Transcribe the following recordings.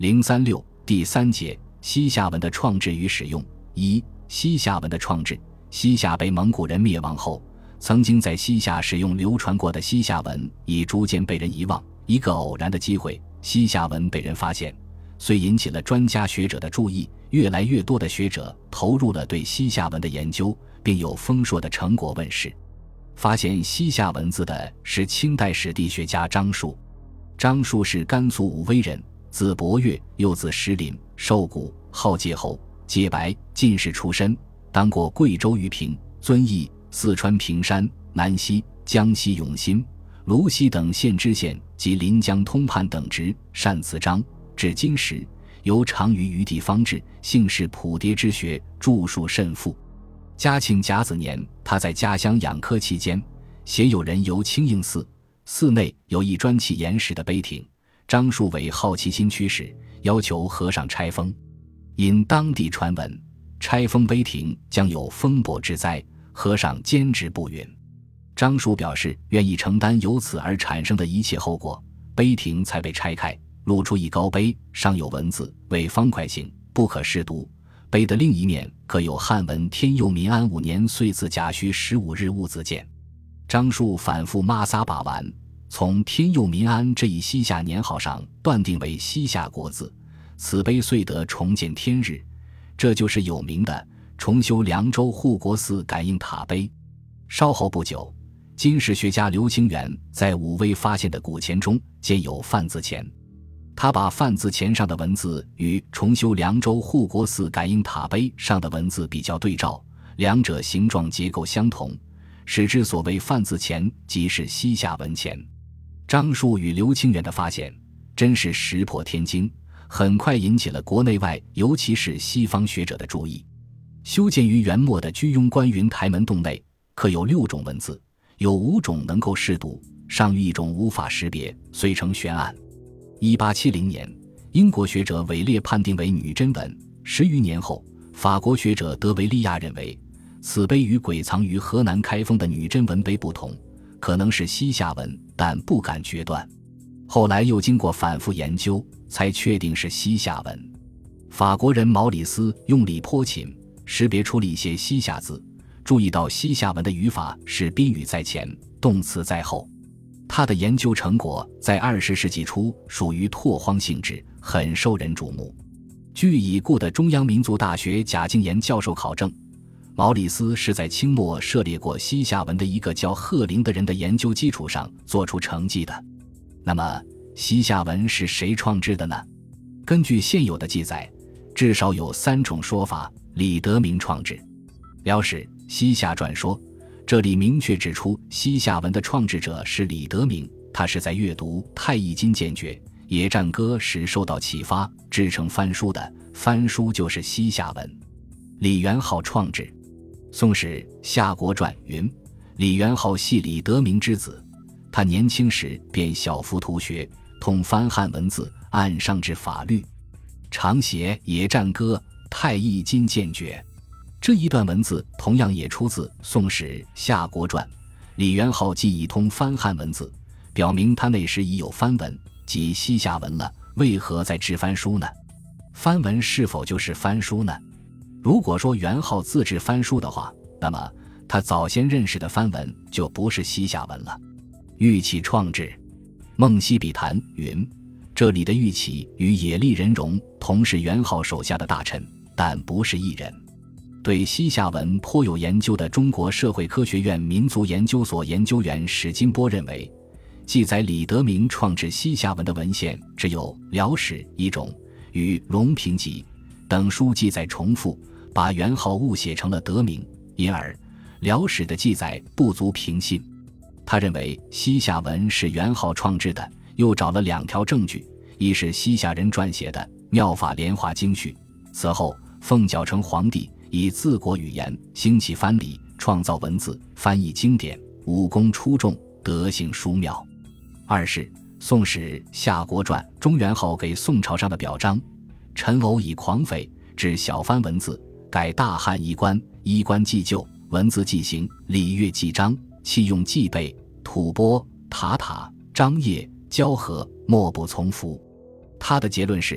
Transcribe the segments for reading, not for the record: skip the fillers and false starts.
036第3节西夏文的创制与使用。一、西夏文的创制。西夏被蒙古人灭亡后，曾经在西夏使用流传过的西夏文已逐渐被人遗忘。一个偶然的机会，西夏文被人发现，虽引起了专家学者的注意，越来越多的学者投入了对西夏文的研究，并有丰硕的成果问世。发现西夏文字的是清代史地学家张树。张树是甘肃武威人，字伯岳，又字石林，寿谷，号介侯，结白，进士出身，当过贵州余平、遵义、四川平山、南溪、江西永新、泸溪等县知县及临江通判等职，善辞章，至今时尤长于余地方志，姓氏谱牒之学，著述甚富。嘉庆甲子年，他在家乡养科期间，携友人游清应寺，寺内有一砖砌岩石的碑亭，张树为好奇心驱使，要求和尚拆封。因当地传闻拆封碑亭将有风波之灾，和尚坚持不允。张树表示愿意承担由此而产生的一切后果，碑亭才被拆开，露出一高碑，上有文字，为方块形，不可视读。碑的另一面可有汉文天佑民安5年岁次甲戌15日戊字见。张树反复抹撒把玩，从天佑民安这一西夏年号上断定为西夏国字，此碑遂得重见天日，这就是有名的重修凉州护国寺感应塔碑。稍后不久，金史学家刘清源在武威发现的古钱中见有范字钱，他把范字钱上的文字与重修凉州护国寺感应塔碑上的文字比较对照，两者形状结构相同，使之所谓范字钱即是西夏文钱。张树与刘清源的发现真是石破天惊，很快引起了国内外尤其是西方学者的注意。修建于元末的居庸关云台门洞内刻有6种文字，有5种能够识读，尚余1种无法识别，遂成悬案。1870年，英国学者韦列判定为女真文，10余年后，法国学者德维利亚认为此碑与鬼藏于河南开封的女真文碑不同，可能是西夏文，但不敢决断。后来又经过反复研究，才确定是西夏文。法国人毛里斯用力颇勤，识别出了一些西夏字，注意到西夏文的语法是宾语在前，动词在后。他的研究成果在20世纪初属于拓荒性质，很受人瞩目。据已故的中央民族大学贾敬言教授考证，毛里斯是在清末涉猎过西夏文的一个叫贺龄的人的研究基础上做出成绩的。那么西夏文是谁创制的呢？根据现有的记载，至少有3种说法。李德明创制。辽史西夏传说，这里明确指出西夏文的创制者是李德明，他是在阅读《太乙金鉴诀》《野战歌》时受到启发制成翻书的，翻书就是西夏文。李元昊创制。宋史夏国传云，李元昊系李德明之子，他年轻时便小幅图学，通翻汉文字，按上至法律，常写《野战歌》《太乙金鉴诀》。这一段文字同样也出自宋史夏国传。李元昊既已通翻汉文字，表明他那时已有翻文，即西夏文了，为何再制翻书呢？翻文是否就是翻书呢？如果说元昊自制翻书的话，那么他早先认识的翻文就不是西夏文了。玉器创制。梦溪笔谈云，这里的玉器与野利人荣同是元昊手下的大臣，但不是一人。对西夏文颇有研究的中国社会科学院民族研究所研究员史金波认为，记载李德明创制西夏文的文献只有辽史一种与隆平集等书记载重复，把元昊误写成了德明，因而辽史的记载不足凭信。他认为西夏文是元昊创制的，又找了2条证据，一是西夏人撰写的《妙法莲华经序》，此后奉角成皇帝以自国语言兴起藩礼，创造文字，翻译经典，武功出众，德行殊妙。二是宋史夏国传中元昊给宋朝上的表彰，陈偶以狂匪治小藩文字，改大汉衣冠，衣冠既旧，文字既行，礼乐既章，器用既备，吐蕃、塔塔、张掖、交河莫不从服。他的结论是，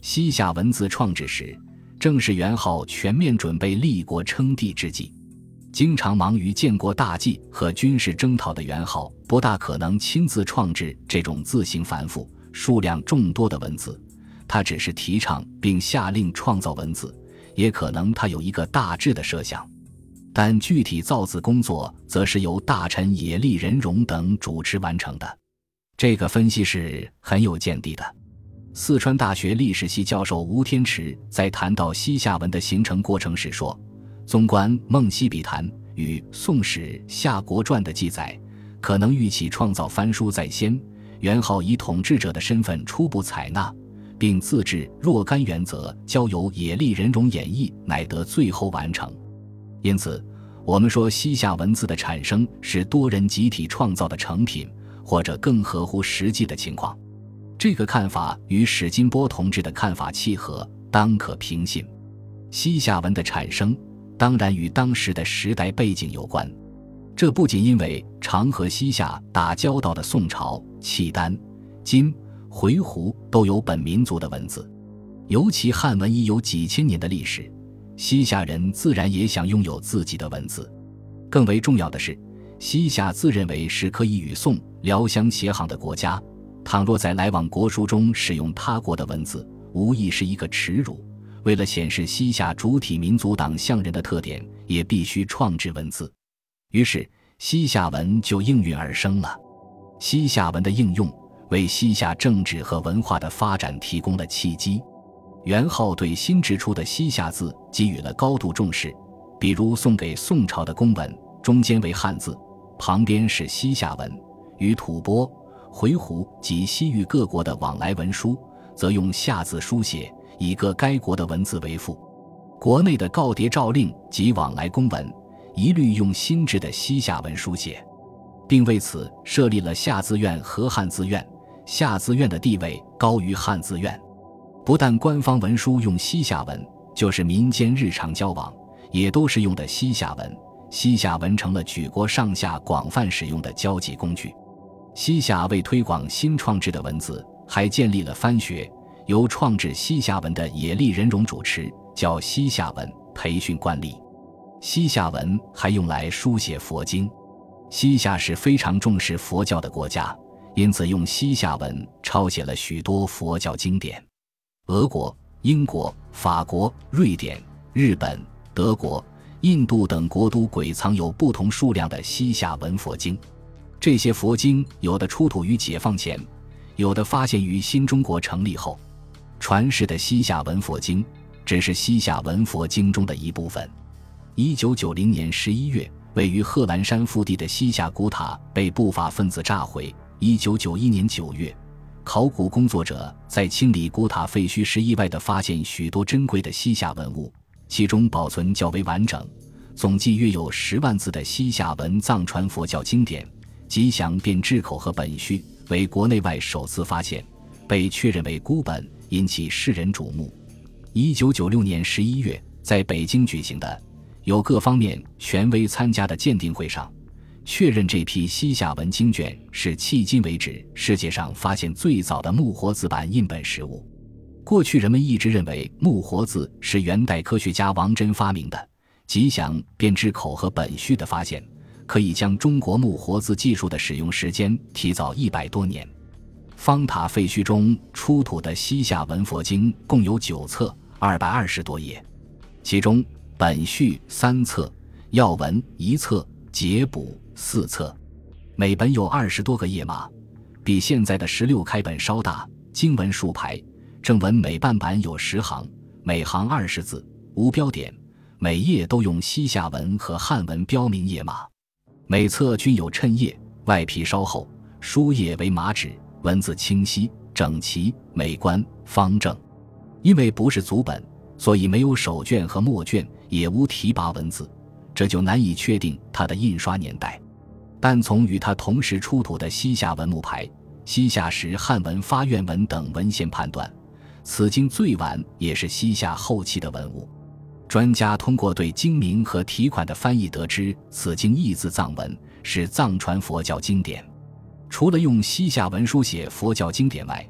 西夏文字创制时，正是元昊全面准备立国称帝之际。经常忙于建国大计和军事征讨的元昊，不大可能亲自创制这种字形繁复、数量众多的文字，他只是提倡并下令创造文字，也可能他有一个大致的设想。但具体造字工作则是由大臣野利仁荣等主持完成的。这个分析是很有见地的。四川大学历史系教授吴天池在谈到西夏文的形成过程时说，纵观《梦溪笔谈》与《宋史·夏国传》的记载，可能欲其创造翻书在先，元昊以统治者的身份初步采纳，并自制若干原则，交由野利仁荣演绎，乃得最后完成。因此，我们说西夏文字的产生是多人集体创造的成品，或者更合乎实际的情况。这个看法与史金波同志的看法契合，当可平信。西夏文的产生当然与当时的时代背景有关，这不仅因为常和西夏打交道的宋朝、契丹、金、回鹘都有本民族的文字，尤其汉文已有几千年的历史，西夏人自然也想拥有自己的文字。更为重要的是，西夏自认为是可以与宋、辽相协行的国家，倘若在来往国书中使用他国的文字，无疑是一个耻辱。为了显示西夏主体民族党项人的特点，也必须创制文字。于是西夏文就应运而生了。西夏文的应用为西夏政治和文化的发展提供了契机。元昊对新制出的西夏字给予了高度重视，比如送给宋朝的公文，中间为汉字，旁边是西夏文；与吐蕃、回鹘及西域各国的往来文书，则用夏字书写，以各该国的文字为赋。国内的告牒诏令及往来公文，一律用新制的西夏文书写，并为此设立了夏字院和汉字院。夏字院的地位高于汉字院。不但官方文书用西夏文，就是民间日常交往也都是用的西夏文。西夏文成了举国上下广泛使用的交际工具。西夏为推广新创制的文字，还建立了藩学，由创制西夏文的野利仁荣主持，教西夏文，培训官吏。西夏文还用来书写佛经。西夏是非常重视佛教的国家，因此用西夏文抄写了许多佛教经典。俄国、英国、法国、瑞典、日本、德国、印度等国都轨藏有不同数量的西夏文佛经。这些佛经有的出土于解放前，有的发现于新中国成立后。传世的西夏文佛经只是西夏文佛经中的一部分。1990年11月，位于贺兰山腹地的西夏古塔被不法分子炸毁。1991年9月，考古工作者在清理古塔废墟时意外地发现许多珍贵的西夏文物，其中保存较为完整，总计约有10万字的西夏文藏传佛教经典《吉祥变智口》和本序，为国内外首次发现，被确认为孤本，引起世人瞩目。1996年11月，在北京举行的由各方面权威参加的鉴定会上，确认这批西夏文经卷是迄今为止世界上发现最早的木活字版印本实物。过去人们一直认为木活字是元代科学家王真发明的，吉祥变智口和本序的发现可以将中国木活字技术的使用时间提早100多年。方塔废墟中出土的西夏文佛经共有9册，220多页，其中本序3册，要闻1册，解补4册，每本有20多个页码，比现在的16开本稍大，经文数排，正文每半版有10行，每行20字，无标点，每页都用西夏文和汉文标明页码。每册均有衬页，外皮稍厚，书页为麻纸，文字清晰、整齐、美观、方正。因为不是族本，所以没有手卷和墨卷，也无提拔文字，这就难以确定它的印刷年代。但从与它同时出土的西夏文木牌、西夏时汉文发愿文等文献判断，此经最晚也是西夏后期的文物。专家通过对经名和题款的翻译得知，此经译自藏文，是藏传佛教经典。除了用西夏文书写佛教经典外，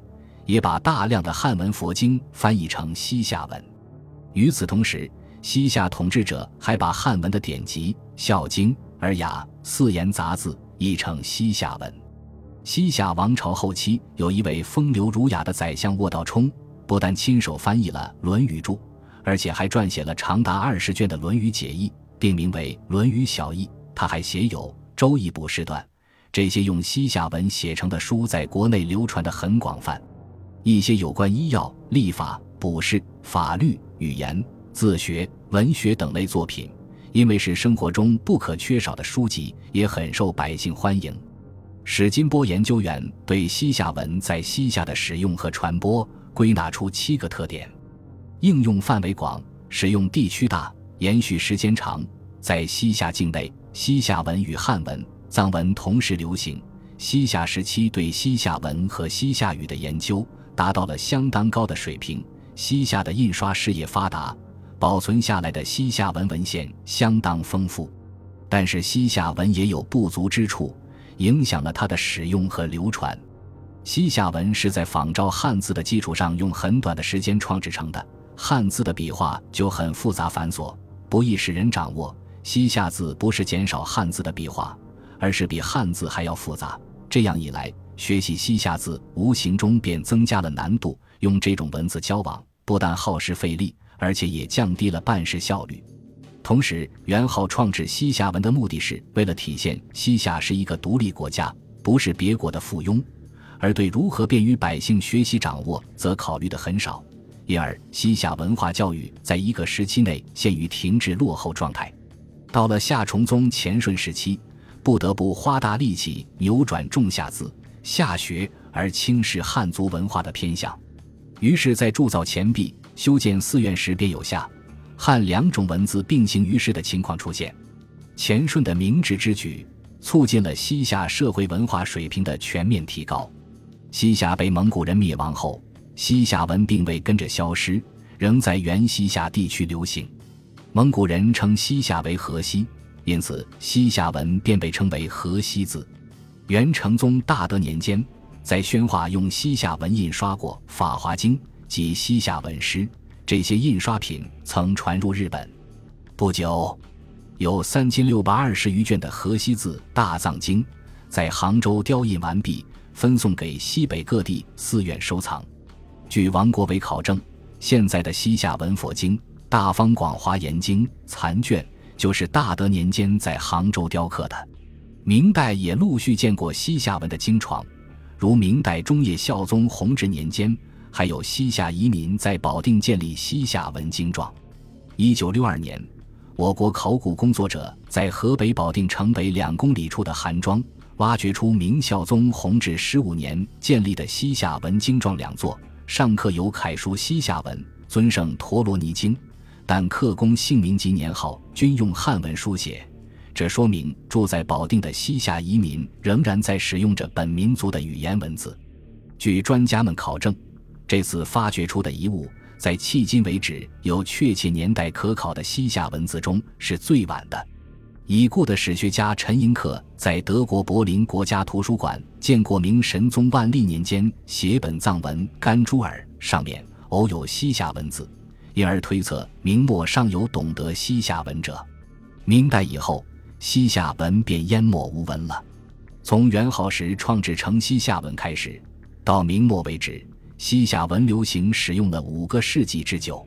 也把大量的汉文佛经翻译成西夏文。与此同时，西夏统治者还把汉文的典籍、孝经、尔雅、四言杂字译成西夏文。西夏王朝后期有一位风流儒雅的宰相沃道冲，不但亲手翻译了《论语注》，而且还撰写了长达20卷的《论语解义》，并名为《论语小义》。他还写有《周易卜筮段》，这些用西夏文写成的书在国内流传得很广泛。一些有关医药、历法、卜筮、法律、语言、字学、文学等类作品，因为是生活中不可缺少的书籍，也很受百姓欢迎。史金波研究员对西夏文在西夏的使用和传播归纳出7个特点：应用范围广，使用地区大，延续时间长。在西夏境内，西夏文与汉文、藏文同时流行。西夏时期对西夏文和西夏语的研究达到了相当高的水平。西夏的印刷事业发达，保存下来的西夏文文献相当丰富。但是西夏文也有不足之处，影响了它的使用和流传。西夏文是在仿照汉字的基础上用很短的时间创制成的，汉字的笔画就很复杂繁琐，不易使人掌握。西夏字不是减少汉字的笔画，而是比汉字还要复杂。这样一来，学习西夏字无形中便增加了难度。用这种文字交往，不但耗时费力，而且也降低了办事效率。同时，元昊创制西夏文的目的是为了体现西夏是一个独立国家，不是别国的附庸，而对如何便于百姓学习掌握则考虑得很少，因而西夏文化教育在一个时期内陷于停滞落后状态。到了夏崇宗乾顺时期，不得不花大力气扭转重夏字、夏学而轻视汉族文化的偏向。于是在铸造钱币、修建寺院时便有夏、汉2种文字并行于世的情况出现。乾顺的明智之举，促进了西夏社会文化水平的全面提高。西夏被蒙古人灭亡后，西夏文并未跟着消失，仍在原西夏地区流行。蒙古人称西夏为河西，因此西夏文便被称为河西字。元成宗大德年间，在宣化用西夏文印刷过《法华经》及西夏文诗，这些印刷品曾传入日本。不久，有3620余卷的河西字大藏经在杭州雕印完毕，分送给西北各地寺院收藏。据王国维考证，现在的西夏文佛经《大方广华严经》残卷就是大德年间在杭州雕刻的。明代也陆续见过西夏文的经幢，如明代中叶孝宗弘治年间，还有西夏移民在保定建立西夏文经幢。1962年，我国考古工作者在河北保定城北2公里处的韩庄挖掘出明孝宗弘治15年建立的西夏文经幢2座，上刻有楷书西夏文尊圣陀罗尼经，但刻工姓名及年号均用汉文书写，这说明住在保定的西夏移民仍然在使用着本民族的语言文字。据专家们考证，这次发掘出的遗物在迄今为止有确切年代可考的西夏文字中是最晚的。已故的史学家陈寅恪在德国柏林国家图书馆见过明神宗万历年间写本藏文甘珠尔，上面偶有西夏文字，因而推测明末尚有懂得西夏文者。明代以后，西夏文便淹没无闻了。从元昊时创制成西夏文开始，到明末为止，西夏文流行使用了5个世纪之久。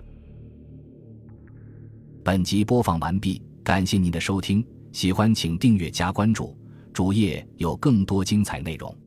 本集播放完毕，感谢您的收听，喜欢请订阅加关注，主页有更多精彩内容。